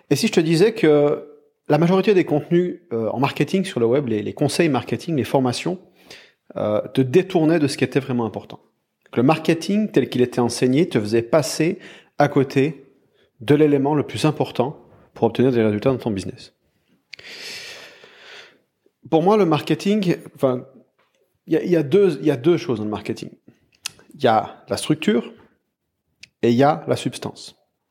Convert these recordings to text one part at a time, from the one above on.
Et si je te disais que la majorité des contenus en marketing sur le web, les conseils marketing, les formations, te détournaient de ce qui était vraiment important. Donc, le marketing tel qu'il était enseigné te faisait passer à côté de l'élément le plus important pour obtenir des résultats dans ton business. Pour moi, le marketing, il y a deux choses dans le marketing. Il y a la structure et il y a la substance.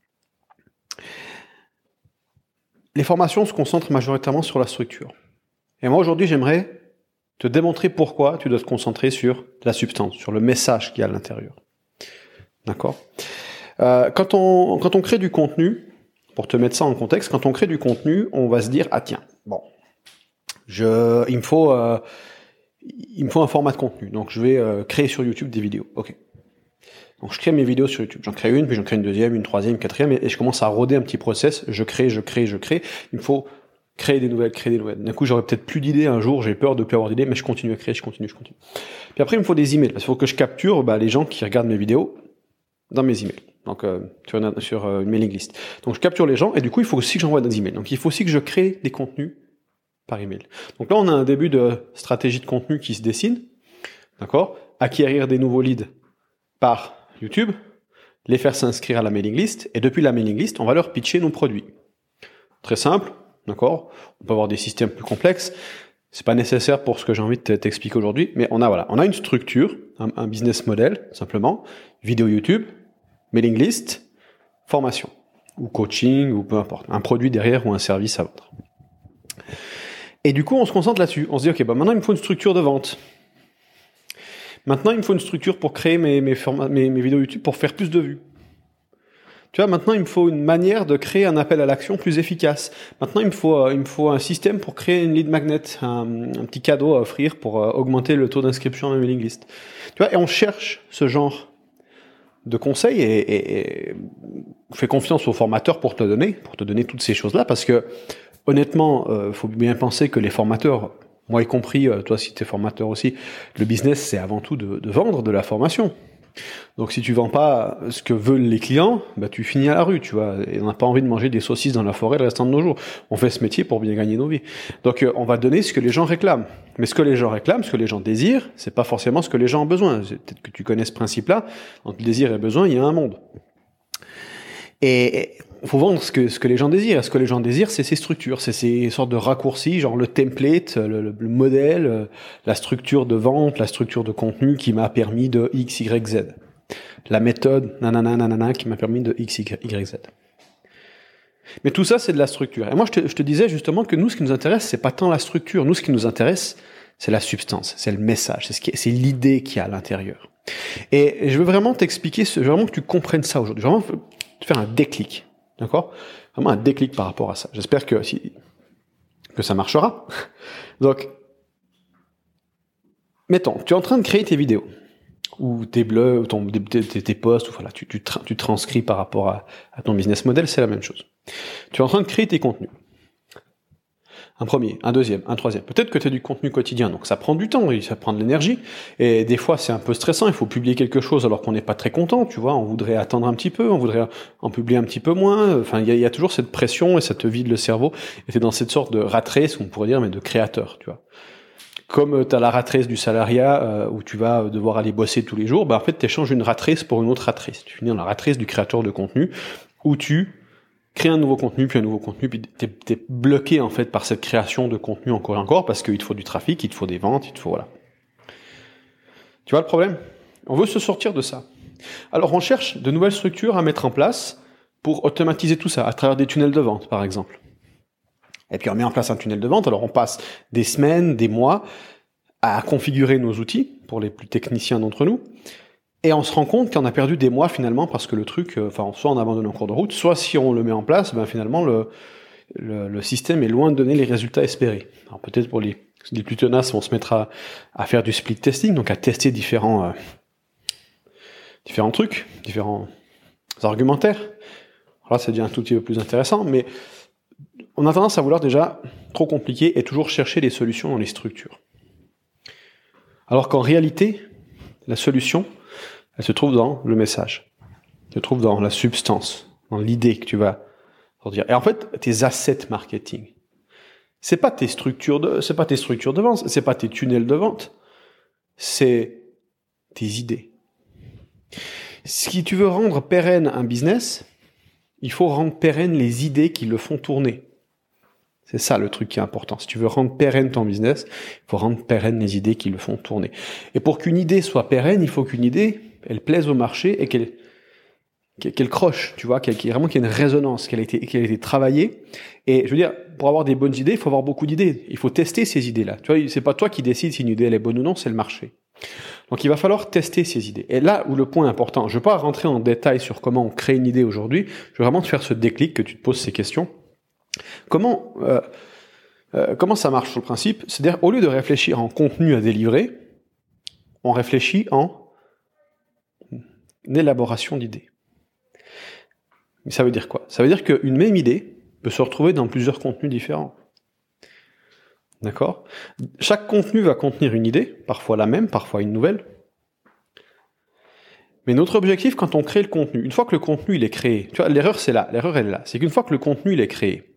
Les formations se concentrent majoritairement sur la structure. Et moi, aujourd'hui, j'aimerais te démontrer pourquoi tu dois te concentrer sur la substance, sur le message qu'il y a à l'intérieur. D'accord ? Quand on crée du contenu, pour te mettre ça en contexte, quand on crée du contenu, on va se dire, ah tiens, bon, il me faut un format de contenu, donc je vais créer sur YouTube des vidéos. Ok. Donc je crée mes vidéos sur YouTube. J'en crée une, puis j'en crée une deuxième, une troisième, une quatrième, et je commence à roder un petit process. Je crée. Il me faut créer des nouvelles. D'un coup, j'aurais peut-être plus d'idées un jour, j'ai peur de plus avoir d'idées, mais je continue à créer, je continue. Puis après, il me faut des emails, parce qu'il faut que je capture les gens qui regardent mes vidéos dans mes emails. Donc sur une mailing list. Donc je capture les gens, et du coup, il faut aussi que j'envoie des emails. Donc il faut aussi que je crée des contenus par email. Donc là, on a un début de stratégie de contenu qui se dessine. D'accord ? Acquérir des nouveaux leads par YouTube, les faire s'inscrire à la mailing list, et depuis la mailing list, on va leur pitcher nos produits. Très simple, d'accord ? On peut avoir des systèmes plus complexes, c'est pas nécessaire pour ce que j'ai envie de t'expliquer aujourd'hui, mais on a une structure, un business model, simplement, vidéo YouTube, mailing list, formation, ou coaching, ou peu importe, un produit derrière ou un service à vendre. Et du coup, on se concentre là-dessus, on se dit, ok, maintenant il me faut une structure de vente. Maintenant, il me faut une structure pour créer mes vidéos YouTube pour faire plus de vues. Tu vois, maintenant, il me faut une manière de créer un appel à l'action plus efficace. Maintenant, il me faut un système pour créer une lead magnet, un petit cadeau à offrir pour augmenter le taux d'inscription à ma mailing list. Tu vois, et on cherche ce genre de conseils et on fait confiance aux formateurs pour te donner toutes ces choses-là, parce que honnêtement, faut bien penser que les formateurs, moi y compris, toi si t'es formateur aussi, le business c'est avant tout de vendre de la formation. Donc si tu vends pas ce que veulent les clients, tu finis à la rue, tu vois, et on n'a pas envie de manger des saucisses dans la forêt le restant de nos jours. On fait ce métier pour bien gagner nos vies. Donc on va donner ce que les gens réclament. Mais ce que les gens réclament, ce que les gens désirent, c'est pas forcément ce que les gens ont besoin. Peut-être que tu connais ce principe-là. Entre le désir et le besoin, il y a un monde. Et il faut vendre ce que les gens désirent. Et ce que les gens désirent, c'est ces structures, c'est ces sortes de raccourcis, genre le template, le modèle, la structure de vente, la structure de contenu qui m'a permis de X, Y, Z. La méthode, nanana, qui m'a permis de X, Y, Z. Mais tout ça, c'est de la structure. Et moi, je te disais justement que nous, ce qui nous intéresse, c'est pas tant la structure. Nous, ce qui nous intéresse, c'est la substance, c'est le message, c'est l'idée qu'il y a à l'intérieur. Et je veux vraiment t'expliquer, je veux vraiment que tu comprennes ça aujourd'hui. Je veux vraiment te faire un déclic. D'accord ? Vraiment un déclic par rapport à ça. J'espère que ça marchera. Donc, mettons, tu es en train de créer tes vidéos, ou tes blogs, ou tes posts, ou voilà, tu transcris par rapport à ton business model, c'est la même chose. Tu es en train de créer tes contenus. Un premier, un deuxième, un troisième. Peut-être que tu as du contenu quotidien, donc ça prend du temps, ça prend de l'énergie, et des fois c'est un peu stressant, il faut publier quelque chose alors qu'on n'est pas très content, tu vois, on voudrait attendre un petit peu, on voudrait en publier un petit peu moins, enfin il y a toujours cette pression et ça te vide le cerveau, et tu es dans cette sorte de rat race, on pourrait dire, mais de créateur, tu vois. Comme tu as la rat race du salariat, où tu vas devoir aller bosser tous les jours, en fait tu échanges une rat race pour une autre rat race. Tu finis dans la rat race du créateur de contenu, où tu crées un nouveau contenu, puis t'es bloqué en fait par cette création de contenu encore et encore, parce qu'il te faut du trafic, il te faut des ventes, il te faut voilà. Tu vois le problème ? On veut se sortir de ça. Alors on cherche de nouvelles structures à mettre en place pour automatiser tout ça, à travers des tunnels de vente par exemple. Et puis on met en place un tunnel de vente, alors on passe des semaines, des mois à configurer nos outils, pour les plus techniciens d'entre nous, et on se rend compte qu'on a perdu des mois finalement parce que le truc, soit on abandonne en cours de route, soit si on le met en place, finalement le système est loin de donner les résultats espérés. Alors peut-être pour les plus tenaces vont se mettre à faire du split testing, donc à tester différents trucs, différents argumentaires. Alors là, ça devient un tout petit peu plus intéressant, mais on a tendance à vouloir déjà trop compliquer et toujours chercher les solutions dans les structures. Alors qu'en réalité, la solution, elle se trouve dans le message. Elle se trouve dans la substance, dans l'idée que tu vas pour dire. Et en fait, tes assets marketing, c'est pas tes structures de vente, c'est pas tes tunnels de vente, c'est tes idées. Si tu veux rendre pérenne un business, il faut rendre pérenne les idées qui le font tourner. C'est ça le truc qui est important. Si tu veux rendre pérenne ton business, il faut rendre pérenne les idées qui le font tourner. Et pour qu'une idée soit pérenne, il faut qu'une idée, elle plaise au marché et qu'elle croche, tu vois, qu'il y ait une résonance, qu'elle ait été travaillée. Et je veux dire, pour avoir des bonnes idées, il faut avoir beaucoup d'idées. Il faut tester ces idées-là. Tu vois, c'est pas toi qui décides si une idée elle est bonne ou non, c'est le marché. Donc il va falloir tester ces idées. Et là où le point est important, je ne vais pas rentrer en détail sur comment on crée une idée aujourd'hui, je veux vraiment te faire ce déclic, que tu te poses ces questions. Comment ça marche sur le principe? C'est-à-dire, au lieu de réfléchir en contenu à délivrer, on réfléchit en élaboration d'idées. Mais ça veut dire quoi? Ça veut dire qu'une même idée peut se retrouver dans plusieurs contenus différents. D'accord? Chaque contenu va contenir une idée, parfois la même, parfois une nouvelle. Mais notre objectif, quand on crée le contenu, une fois que le contenu il est créé, tu vois, l'erreur elle est là, c'est qu'une fois que le contenu il est créé,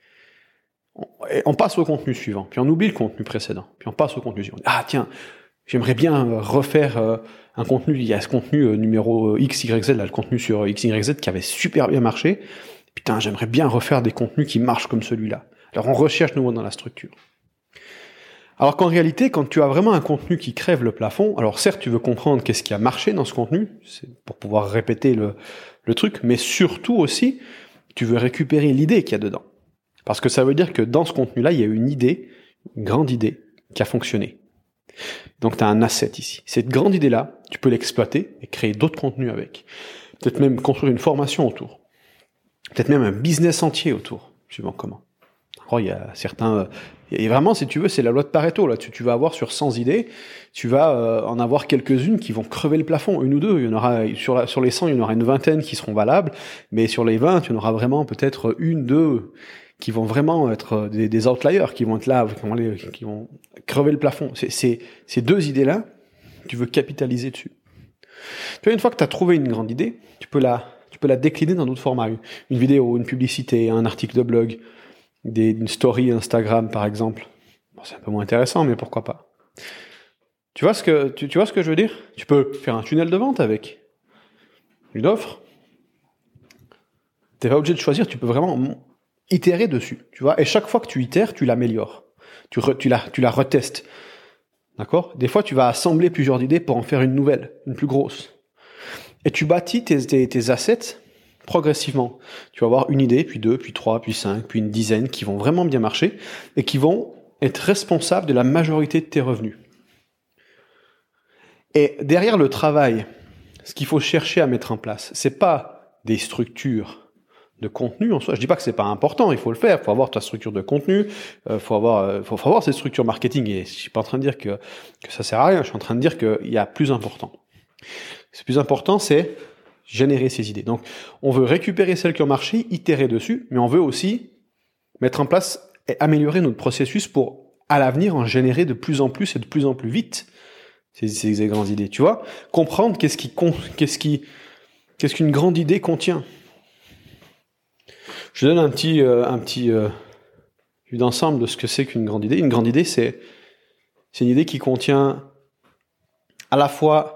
on passe au contenu suivant, puis on oublie le contenu précédent, puis on passe au contenu suivant. Ah tiens, j'aimerais bien refaire un contenu, il y a ce contenu numéro XYZ, là, le contenu sur XYZ qui avait super bien marché. Putain, j'aimerais bien refaire des contenus qui marchent comme celui-là. Alors on recherche nouveau dans la structure. Alors qu'en réalité, quand tu as vraiment un contenu qui crève le plafond, alors certes, tu veux comprendre qu'est-ce qui a marché dans ce contenu, c'est pour pouvoir répéter le truc, mais surtout aussi, tu veux récupérer l'idée qu'il y a dedans. Parce que ça veut dire que dans ce contenu-là, il y a une idée, une grande idée, qui a fonctionné. Donc tu as un asset ici. Cette grande idée-là, tu peux l'exploiter et créer d'autres contenus avec. Peut-être même construire une formation autour. Peut-être même un business entier autour, suivant comment. Alors, il y a certains... Et vraiment, si tu veux, c'est la loi de Pareto. Là. Tu vas avoir sur 100 idées, tu vas en avoir quelques-unes qui vont crever le plafond, une ou deux. Il y en aura, sur les 100, il y en aura une vingtaine qui seront valables, mais sur les 20, il y en aura vraiment peut-être une, deux qui vont vraiment être des outliers, qui vont être là, qui vont crever le plafond. Ces deux idées-là, tu veux capitaliser dessus. Tu vois, une fois que tu as trouvé une grande idée, tu peux la décliner dans d'autres formats. Une vidéo, une publicité, un article de blog, une story Instagram par exemple. Bon, c'est un peu moins intéressant, mais pourquoi pas. Tu vois ce que je veux dire? Tu peux faire un tunnel de vente avec une offre. T'es pas obligé de choisir, tu peux vraiment itérer dessus, tu vois. Et chaque fois que tu itères, tu l'améliores. Tu la retestes. D'accord? Des fois, tu vas assembler plusieurs idées pour en faire une nouvelle, une plus grosse. Et tu bâtis tes assets progressivement. Tu vas avoir une idée, puis deux, puis trois, puis cinq, puis une dizaine qui vont vraiment bien marcher et qui vont être responsables de la majorité de tes revenus. Et derrière le travail, ce qu'il faut chercher à mettre en place, c'est pas des structures de contenu en soi. Je dis pas que c'est pas important, il faut le faire, il faut avoir ta structure de contenu, faut avoir cette structure marketing, et je suis pas en train de dire que ça sert à rien, je suis en train de dire qu'il y a plus important. Ce plus important, c'est générer ces idées. Donc, on veut récupérer celles qui ont marché, itérer dessus, mais on veut aussi mettre en place et améliorer notre processus pour, à l'avenir, en générer de plus en plus et de plus en plus vite ces grandes idées. Tu vois, comprendre qu'est-ce qu'une grande idée contient. Je donne un petit vue d'ensemble de ce que c'est qu'une grande idée. Une grande idée, c'est une idée qui contient à la fois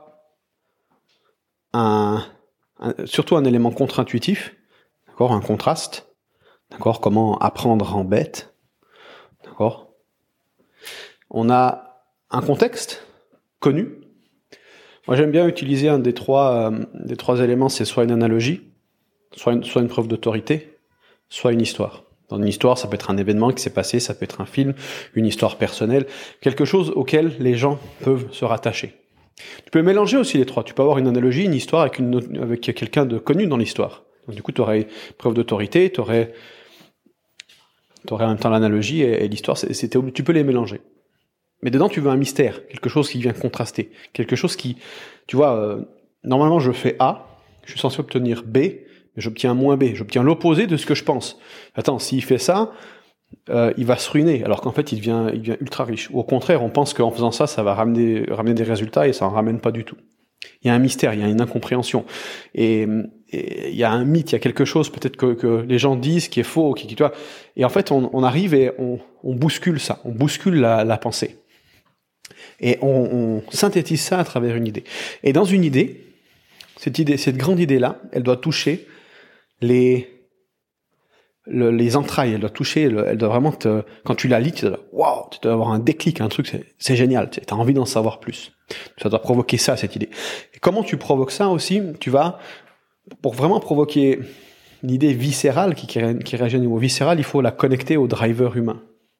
surtout un élément contre-intuitif, d'accord, un contraste, d'accord, comment apprendre en bête, d'accord. On a un contexte connu. Moi, j'aime bien utiliser un des trois éléments, c'est soit une analogie, soit une preuve d'autorité, soit une histoire. Dans une histoire, ça peut être un événement qui s'est passé, ça peut être un film, une histoire personnelle, quelque chose auquel les gens peuvent se rattacher. Tu peux mélanger aussi les trois. Tu peux avoir une analogie, une histoire avec quelqu'un de connu dans l'histoire. Donc, du coup, tu aurais preuve d'autorité, tu aurais en même temps l'analogie et l'histoire. Tu peux les mélanger. Mais dedans, tu veux un mystère, quelque chose qui vient contraster, quelque chose qui, tu vois, normalement, je fais A, je suis censé obtenir B, mais j'obtiens moins B, j'obtiens l'opposé de ce que je pense. Attends, s'il fait ça, il va se ruiner, alors qu'en fait, il devient ultra riche. Ou au contraire, on pense qu'en faisant ça, ça va ramener des résultats et ça en ramène pas du tout. Il y a un mystère, il y a une incompréhension. Et il y a un mythe, il y a quelque chose peut-être que les gens disent qui est faux, tu vois. Et en fait, on arrive et on bouscule ça, on bouscule la pensée. Et on synthétise ça à travers une idée. Et dans une idée, cette grande idée-là, elle doit toucher les entrailles, elle doit toucher, elle doit vraiment quand tu la lis, tu dois avoir un déclic, un truc, c'est génial, tu as envie d'en savoir plus. Ça doit provoquer ça, cette idée. Et comment tu provoques ça aussi? Pour vraiment provoquer une idée viscérale qui réagit au niveau viscéral, il faut la connecter au driver humain.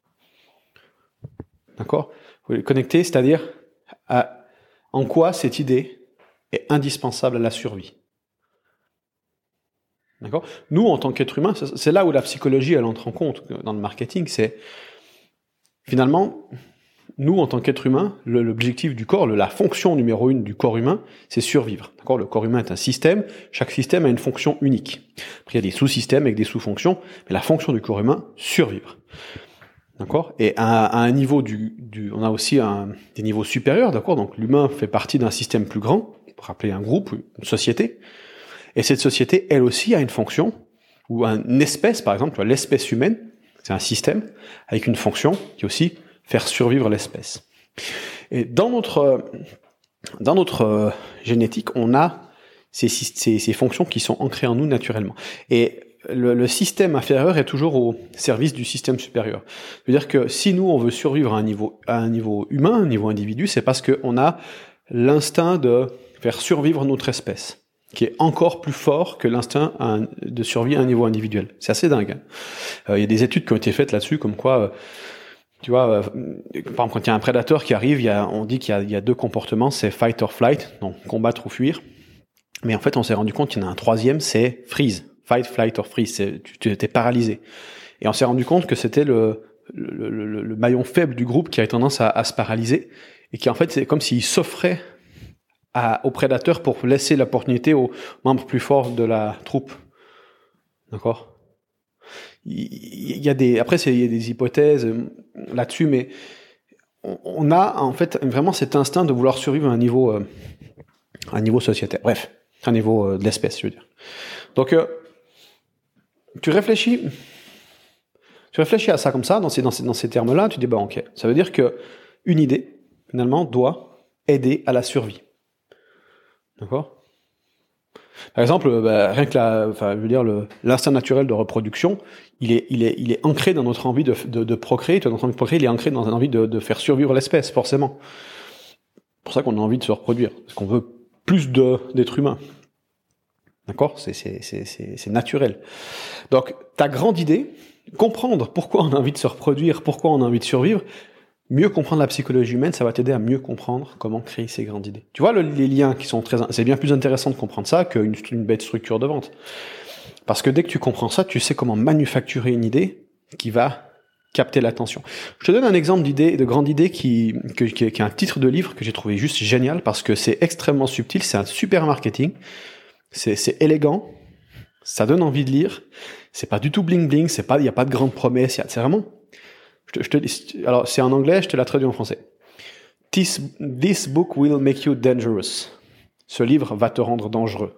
D'accord? Il faut la connecter, c'est-à-dire en quoi cette idée est indispensable à la survie. D'accord? Nous, en tant qu'être humain, c'est là où la psychologie, elle entre en compte dans le marketing, c'est finalement, nous, en tant qu'être humain, l'objectif du corps, la fonction numéro 1 du corps humain, c'est survivre. D'accord? Le corps humain est un système, chaque système a une fonction unique. Après, il y a des sous-systèmes avec des sous-fonctions, mais la fonction du corps humain, survivre. D'accord? Et à un niveau on a aussi des niveaux supérieurs, d'accord? Donc l'humain fait partie d'un système plus grand, pour rappeler un groupe, une société. Et cette société, elle aussi, a une fonction, ou une espèce, par exemple, l'espèce humaine, c'est un système avec une fonction qui est aussi faire survivre l'espèce. Et dans notre génétique, on a ces fonctions qui sont ancrées en nous naturellement. Et le système inférieur est toujours au service du système supérieur. C'est-à-dire que si nous, on veut survivre à un niveau humain, à un niveau individu, c'est parce qu'on a l'instinct de faire survivre notre espèce, qui est encore plus fort que l'instinct de survie à un niveau individuel. C'est assez dingue. Il y a des études qui ont été faites là-dessus, comme quoi, tu vois, par exemple, quand il y a un prédateur qui arrive, on dit qu'il y a deux comportements, c'est fight or flight, donc combattre ou fuir. Mais en fait, on s'est rendu compte qu'il y en a un troisième, c'est freeze. Fight, flight or freeze. Tu étais paralysé. Et on s'est rendu compte que c'était le maillon faible du groupe qui avait tendance à se paralyser. Et qui, en fait, c'est comme s'il s'offrait au prédateur pour laisser l'opportunité aux membres plus forts de la troupe. D'accord? Il y a des hypothèses là-dessus, mais on a en fait vraiment cet instinct de vouloir survivre à un niveau sociétaire. Bref, un niveau de l'espèce, je veux dire. Donc, tu réfléchis à ça comme ça, dans ces termes-là, tu dis, ok, ça veut dire que une idée, finalement, doit aider à la survie. D'accord? Par exemple, rien que l'instinct naturel de reproduction, il est ancré dans notre envie de procréer. Notre envie de procréer, il est ancré dans une envie de faire survivre l'espèce, forcément. C'est pour ça qu'on a envie de se reproduire, parce qu'on veut plus d'êtres humains. D'accord? C'est naturel. Donc, ta grande idée, comprendre pourquoi on a envie de se reproduire, pourquoi on a envie de survivre, mieux comprendre la psychologie humaine, ça va t'aider à mieux comprendre comment créer ces grandes idées. Tu vois, les liens qui sont c'est bien plus intéressant de comprendre ça qu'une bête structure de vente. Parce que dès que tu comprends ça, tu sais comment manufacturer une idée qui va capter l'attention. Je te donne un exemple de grande idée qui est un titre de livre que j'ai trouvé juste génial parce que c'est extrêmement subtil, c'est un super marketing, c'est élégant, ça donne envie de lire, c'est pas du tout bling bling, il y a pas de grandes promesses, c'est vraiment. Alors, c'est en anglais, je te la traduis en français. This book will make you dangerous. Ce livre va te rendre dangereux.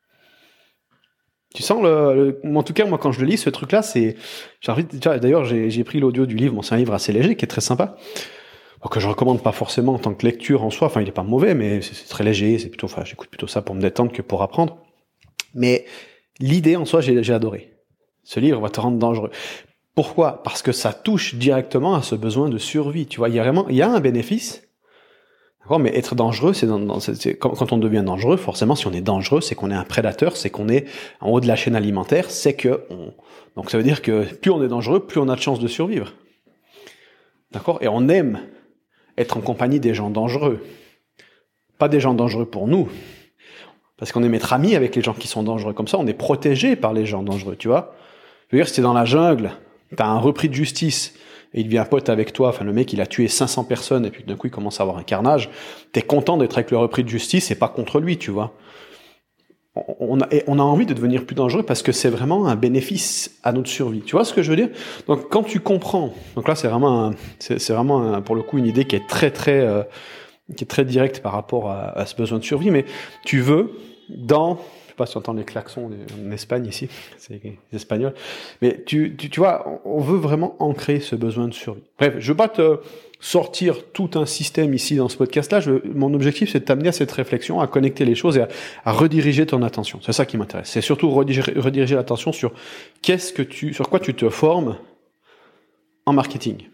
Tu sens en tout cas, moi, quand je le lis, ce truc-là, d'ailleurs, j'ai pris l'audio du livre, c'est un livre assez léger, qui est très sympa, que je recommande pas forcément en tant que lecture en soi, il est pas mauvais, mais c'est très léger, j'écoute plutôt ça pour me détendre que pour apprendre. Mais l'idée en soi, j'ai adoré. Ce livre va te rendre dangereux. Pourquoi? Parce que ça touche directement à ce besoin de survie. Tu vois, il y a un bénéfice. D'accord? Mais être dangereux, quand on devient dangereux, forcément, si on est dangereux, c'est qu'on est un prédateur, c'est qu'on est en haut de la chaîne alimentaire, donc ça veut dire que plus on est dangereux, plus on a de chances de survivre. D'accord? Et on aime être en compagnie des gens dangereux. Pas des gens dangereux pour nous. Parce qu'on aime être amis avec les gens qui sont dangereux. Comme ça, on est protégé par les gens dangereux, tu vois? Je veux dire, si t'es dans la jungle, t'as un repris de justice, et il devient pote avec toi, le mec, il a tué 500 personnes, et puis d'un coup, il commence à avoir un carnage, t'es content d'être avec le repris de justice, et pas contre lui, tu vois. On a envie de devenir plus dangereux parce que c'est vraiment un bénéfice à notre survie. Tu vois ce que je veux dire? Donc, quand tu comprends, donc là, c'est vraiment pour le coup, une idée qui est très, très qui est très direct par rapport à ce besoin de survie, mais tu veux, je sais pas si tu entends les klaxons en Espagne ici, c'est les Espagnols, mais tu vois, on veut vraiment ancrer ce besoin de survie. Bref, je veux pas te sortir tout un système ici dans ce podcast-là. Mon objectif, c'est de t'amener à cette réflexion, à connecter les choses et à rediriger ton attention. C'est ça qui m'intéresse. C'est surtout rediriger l'attention sur sur quoi tu te formes en marketing.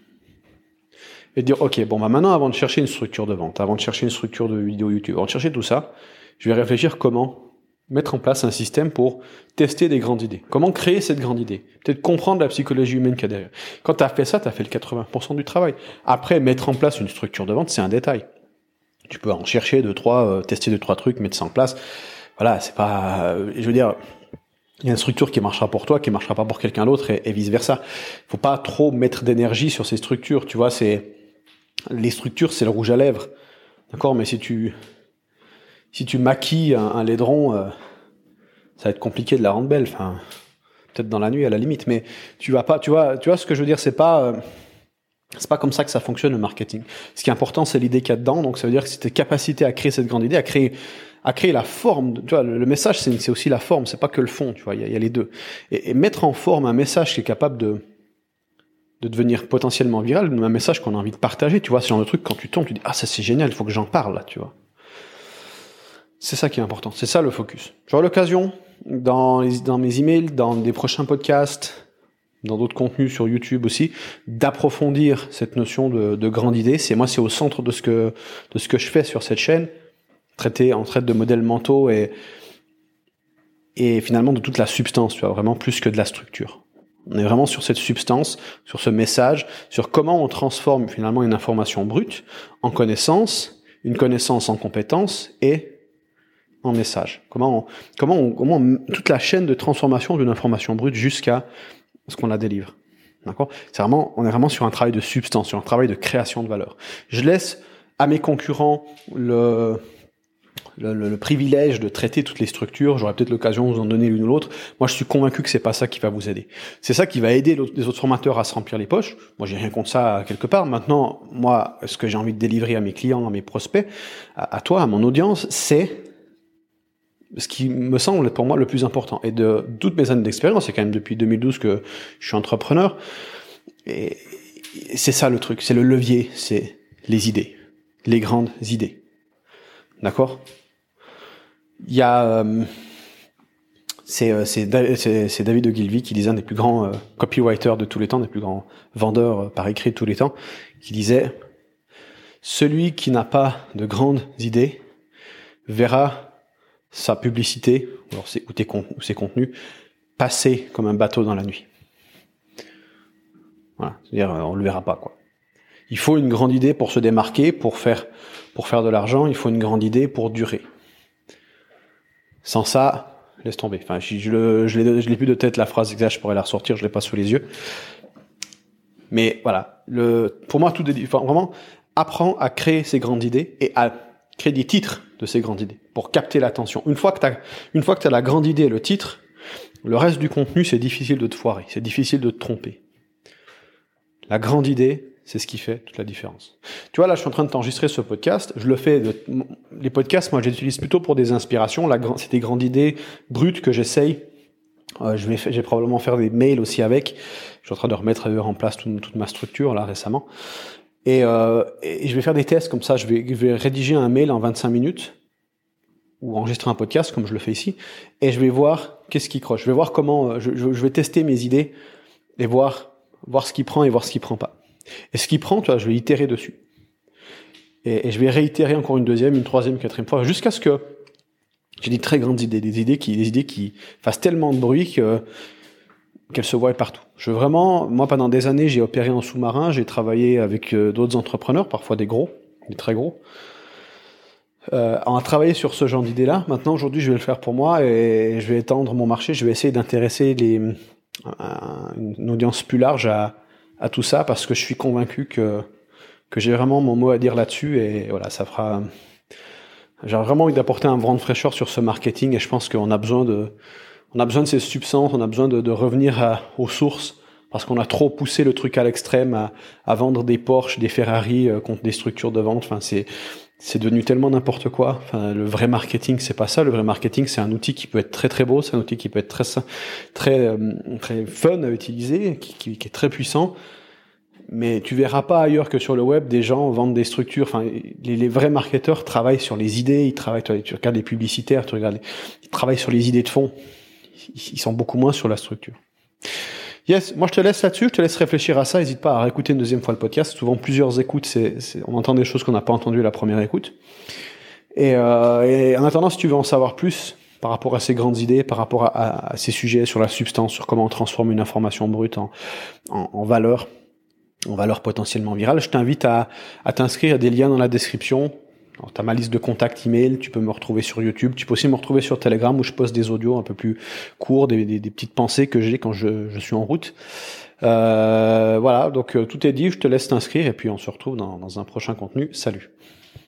Et dire, ok, bon, maintenant, avant de chercher une structure de vente, avant de chercher une structure de vidéo YouTube, avant de chercher tout ça, je vais réfléchir comment mettre en place un système pour tester des grandes idées. Comment créer cette grande idée? Peut-être comprendre la psychologie humaine qu'il y a derrière. Quand tu as fait ça, tu as fait le 80% du travail. Après, mettre en place une structure de vente, c'est un détail. Tu peux en chercher tester 2-3 trucs, mettre ça en place. Voilà, c'est pas... je veux dire, il y a une structure qui marchera pour toi, qui marchera pas pour quelqu'un d'autre, et vice-versa. Faut pas trop mettre d'énergie sur ces structures. Tu vois, les structures, c'est le rouge à lèvres. D'accord? Mais si tu maquilles un laidron, ça va être compliqué de la rendre belle. Enfin, peut-être dans la nuit à la limite, mais tu vois ce que je veux dire, c'est pas comme ça que ça fonctionne le marketing. Ce qui est important, c'est l'idée qu'il y a dedans. Donc ça veut dire que c'est tes capacités à créer cette grande idée, à créer la forme. Tu vois, le message, c'est aussi la forme, c'est pas que le fond. Tu vois, il y a les deux. Et mettre en forme un message qui est capable de devenir potentiellement viral, un message qu'on a envie de partager. Tu vois, ce genre de truc, quand tu tombes, tu dis ah, ça c'est génial, il faut que j'en parle là, tu vois. C'est ça qui est important, c'est ça le focus. J'aurai l'occasion, dans mes emails, dans des prochains podcasts, dans d'autres contenus sur YouTube aussi, d'approfondir cette notion de grande idée. C'est au centre de ce que je fais sur cette chaîne. On traite de modèles mentaux et finalement de toute la substance, tu vois, vraiment plus que de la structure. On est vraiment sur cette substance, sur ce message, sur comment on transforme finalement une information brute en connaissance, une connaissance en compétence et en message. Comment toute la chaîne de transformation d'une information brute jusqu'à ce qu'on la délivre. D'accord? On est vraiment sur un travail de substance, sur un travail de création de valeur. Je laisse à mes concurrents le privilège de traiter toutes les structures. J'aurai peut-être l'occasion de vous en donner l'une ou l'autre. Moi, je suis convaincu que c'est pas ça qui va vous aider. C'est ça qui va aider les autres formateurs à se remplir les poches. Moi, j'ai rien contre ça quelque part. Maintenant, moi, ce que j'ai envie de délivrer à mes clients, à mes prospects, à toi, à mon audience, c'est ce qui me semble être pour moi le plus important. Et de toutes mes années d'expérience, c'est quand même depuis 2012 que je suis entrepreneur, et c'est ça le truc, c'est le levier, c'est les idées, les grandes idées. D'accord? Il y a... c'est David Ogilvy qui disait, un des plus grands copywriters de tous les temps, des plus grands vendeurs par écrit de tous les temps, qui disait « Celui qui n'a pas de grandes idées verra sa publicité, ou ses contenus, passer comme un bateau dans la nuit. » Voilà, c'est-à-dire on le verra pas, quoi. Il faut une grande idée pour se démarquer, pour faire de l'argent, il faut une grande idée pour durer. Sans ça, laisse tomber. Enfin, je l'ai plus de tête la phrase exacte, je pourrais la ressortir, je l'ai pas sous les yeux. Mais voilà, pour moi vraiment apprends à créer ces grandes idées et à créer des titres de ces grandes idées pour capter l'attention. Une fois que t'as la grande idée et le titre, le reste du contenu, c'est difficile de te foirer, c'est difficile de te tromper. La grande idée, c'est ce qui fait toute la différence. Tu vois, là, je suis en train de t'enregistrer ce podcast. Je le fais. Les podcasts, moi, je les utilise plutôt pour des inspirations. C'est des grandes idées brutes que j'essaye. Je vais probablement faire des mails aussi avec. Je suis en train de remettre en place toute ma structure là récemment. Et je vais faire des tests comme ça. Je vais rédiger un mail en 25 minutes ou enregistrer un podcast comme je le fais ici. Et je vais voir qu'est-ce qui croche. Je vais voir comment. Je vais tester mes idées et voir ce qui prend et voir ce qui prend pas. Et ce qui prend, tu vois, je vais itérer dessus. Et je vais réitérer encore une deuxième, une troisième, une quatrième fois, jusqu'à ce que j'ai des très grandes idées, des idées qui fassent tellement de bruit qu'elles se voient partout. Moi, pendant des années, j'ai opéré en sous-marin, j'ai travaillé avec d'autres entrepreneurs, parfois des très gros. En travailler sur ce genre d'idées-là. Maintenant, aujourd'hui, je vais le faire pour moi et je vais étendre mon marché. Je vais essayer d'intéresser une audience plus large à tout ça, parce que je suis convaincu que j'ai vraiment mon mot à dire là-dessus, et voilà, j'ai vraiment envie d'apporter un vent de fraîcheur sur ce marketing, et je pense qu'on a besoin de ces substances, on a besoin de revenir aux sources, parce qu'on a trop poussé le truc à l'extrême, à vendre des Porsche, des Ferrari contre des structures de vente. Enfin, c'est devenu tellement n'importe quoi. Enfin, le vrai marketing, c'est pas ça. Le vrai marketing, c'est un outil qui peut être très très beau, c'est un outil qui peut être très fun à utiliser, qui est très puissant. Mais tu verras pas ailleurs que sur le web des gens vendent des structures. Enfin, les vrais marketeurs travaillent sur les idées. Ils travaillent. Tu regardes les publicitaires, ils travaillent sur les idées de fond. Ils sont beaucoup moins sur la structure. Yes, moi je te laisse là-dessus, je te laisse réfléchir à ça. N'hésite pas à réécouter une deuxième fois le podcast. Souvent plusieurs écoutes, on entend des choses qu'on n'a pas entendues la première écoute. Et en attendant, si tu veux en savoir plus par rapport à ces grandes idées, par rapport à ces sujets sur la substance, sur comment on transforme une information brute en valeur potentiellement virale, je t'invite à t'inscrire à des liens dans la description. Tu as ma liste de contacts email, tu peux me retrouver sur YouTube, tu peux aussi me retrouver sur Telegram où je poste des audios un peu plus courts, des petites pensées que j'ai quand je suis en route. Voilà, donc tout est dit, je te laisse t'inscrire et puis on se retrouve dans un prochain contenu. Salut.